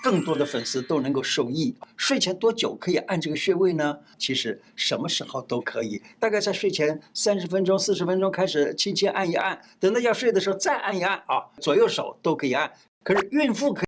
更多的粉丝都能够受益。睡前多久可以按这个穴位呢？其实什么时候都可以，大概在睡前30分钟、40分钟开始轻轻按一按，等到要睡的时候再按一按啊，左右手都可以按。可是孕妇可以